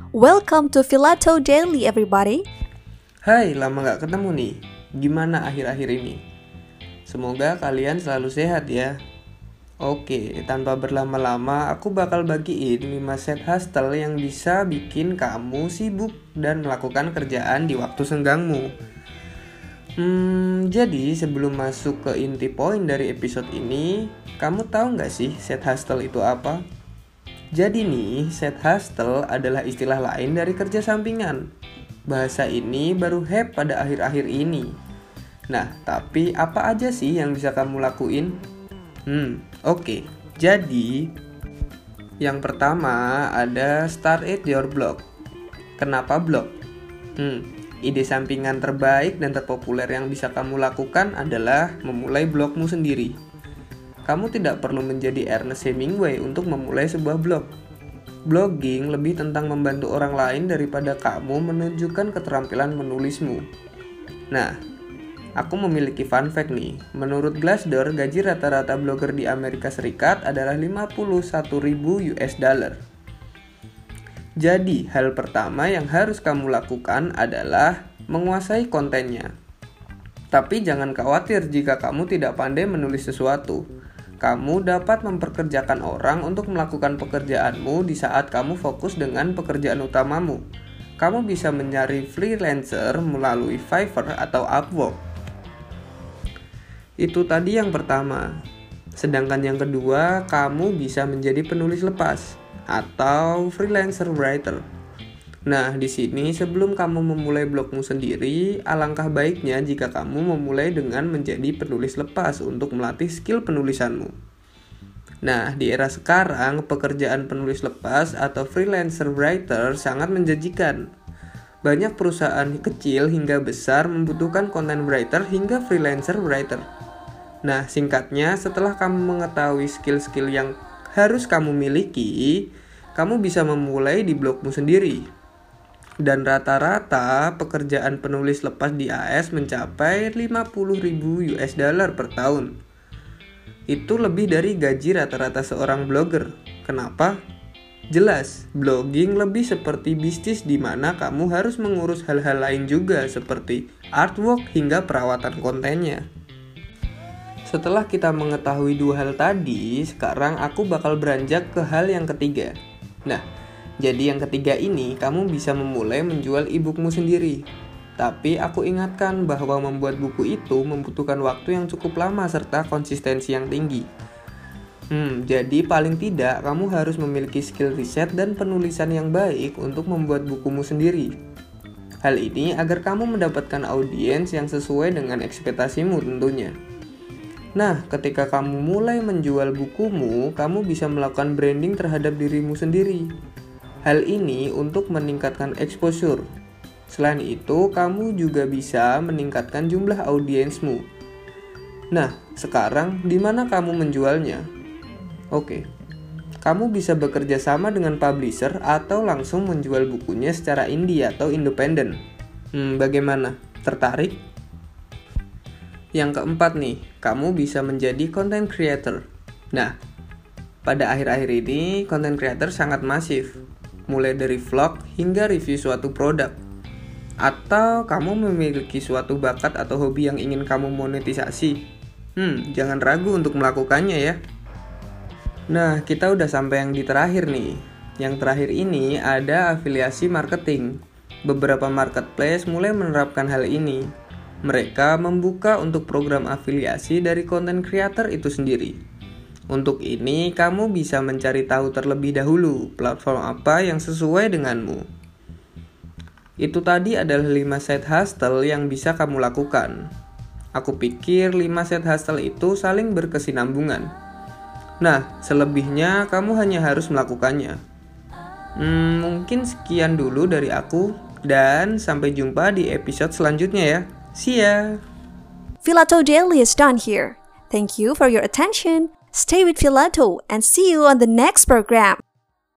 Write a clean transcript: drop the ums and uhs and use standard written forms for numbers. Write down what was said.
Welcome to Filato Daily everybody. Hai, lama gak ketemu nih. Gimana akhir-akhir ini? Semoga kalian selalu sehat ya. Oke, tanpa berlama-lama aku bakal bagiin 5 set hustle yang bisa bikin kamu sibuk dan melakukan kerjaan di waktu senggangmu. Jadi sebelum masuk ke inti poin dari episode ini, kamu tahu gak sih set hustle itu apa? Jadi nih, set hustle adalah istilah lain dari kerja sampingan. Bahasa ini baru hype pada akhir-akhir ini. Nah, tapi apa aja sih yang bisa kamu lakuin? Oke. Jadi, yang pertama ada start at your blog. Kenapa blog? Ide sampingan terbaik dan terpopuler yang bisa kamu lakukan adalah memulai blogmu sendiri. Kamu tidak perlu menjadi Ernest Hemingway untuk memulai sebuah blog. Blogging lebih tentang membantu orang lain daripada kamu menunjukkan keterampilan menulismu. Nah, aku memiliki fun fact nih. Menurut Glassdoor, gaji rata-rata blogger di Amerika Serikat adalah $51.000. Jadi, hal pertama yang harus kamu lakukan adalah menguasai kontennya. Tapi jangan khawatir jika kamu tidak pandai menulis sesuatu. Kamu dapat memperkerjakan orang untuk melakukan pekerjaanmu di saat kamu fokus dengan pekerjaan utamamu. Kamu bisa mencari freelancer melalui Fiverr atau Upwork. Itu tadi yang pertama. Sedangkan yang kedua, kamu bisa menjadi penulis lepas atau freelancer writer. Nah, di sini sebelum kamu memulai blogmu sendiri, alangkah baiknya jika kamu memulai dengan menjadi penulis lepas untuk melatih skill penulisanmu. Nah, di era sekarang, pekerjaan penulis lepas atau freelancer writer sangat menjanjikan. Banyak perusahaan kecil hingga besar membutuhkan content writer hingga freelancer writer. Nah, singkatnya, setelah kamu mengetahui skill-skill yang harus kamu miliki, kamu bisa memulai di blogmu sendiri. Dan rata-rata pekerjaan penulis lepas di AS mencapai $50.000 per tahun. Itu lebih dari gaji rata-rata seorang blogger. Kenapa? Jelas, blogging lebih seperti bisnis di mana kamu harus mengurus hal-hal lain juga seperti artwork hingga perawatan kontennya. Setelah kita mengetahui dua hal tadi, sekarang aku bakal beranjak ke hal yang ketiga. Nah, jadi yang ketiga ini, kamu bisa memulai menjual e-bookmu sendiri. Tapi aku ingatkan bahwa membuat buku itu membutuhkan waktu yang cukup lama serta konsistensi yang tinggi. Jadi paling tidak kamu harus memiliki skill riset dan penulisan yang baik untuk membuat bukumu sendiri. Hal ini agar kamu mendapatkan audiens yang sesuai dengan ekspektasimu tentunya. Nah, ketika kamu mulai menjual bukumu, kamu bisa melakukan branding terhadap dirimu sendiri. Hal ini untuk meningkatkan exposure. Selain itu, kamu juga bisa meningkatkan jumlah audiensmu. Nah, sekarang di mana kamu menjualnya? Oke. Kamu bisa bekerja sama dengan publisher atau langsung menjual bukunya secara indie atau independen. Bagaimana? Tertarik? Yang keempat nih, kamu bisa menjadi content creator. Nah, pada akhir-akhir ini, content creator sangat masif. Mulai dari vlog hingga review suatu produk. Atau kamu memiliki suatu bakat atau hobi yang ingin kamu monetisasi. Jangan ragu untuk melakukannya ya. Nah, kita udah sampai yang di terakhir nih. Yang terakhir ini ada afiliasi marketing. Beberapa marketplace mulai menerapkan hal ini. Mereka membuka untuk program afiliasi dari content creator itu sendiri. Untuk ini, kamu bisa mencari tahu terlebih dahulu platform apa yang sesuai denganmu. Itu tadi adalah 5 set hustle yang bisa kamu lakukan. Aku pikir 5 set hustle itu saling berkesinambungan. Nah, selebihnya kamu hanya harus melakukannya. Mungkin sekian dulu dari aku, dan sampai jumpa di episode selanjutnya ya. See ya! Filato Daily is done here. Thank you for your attention. Stay with Filato and see you on the next program.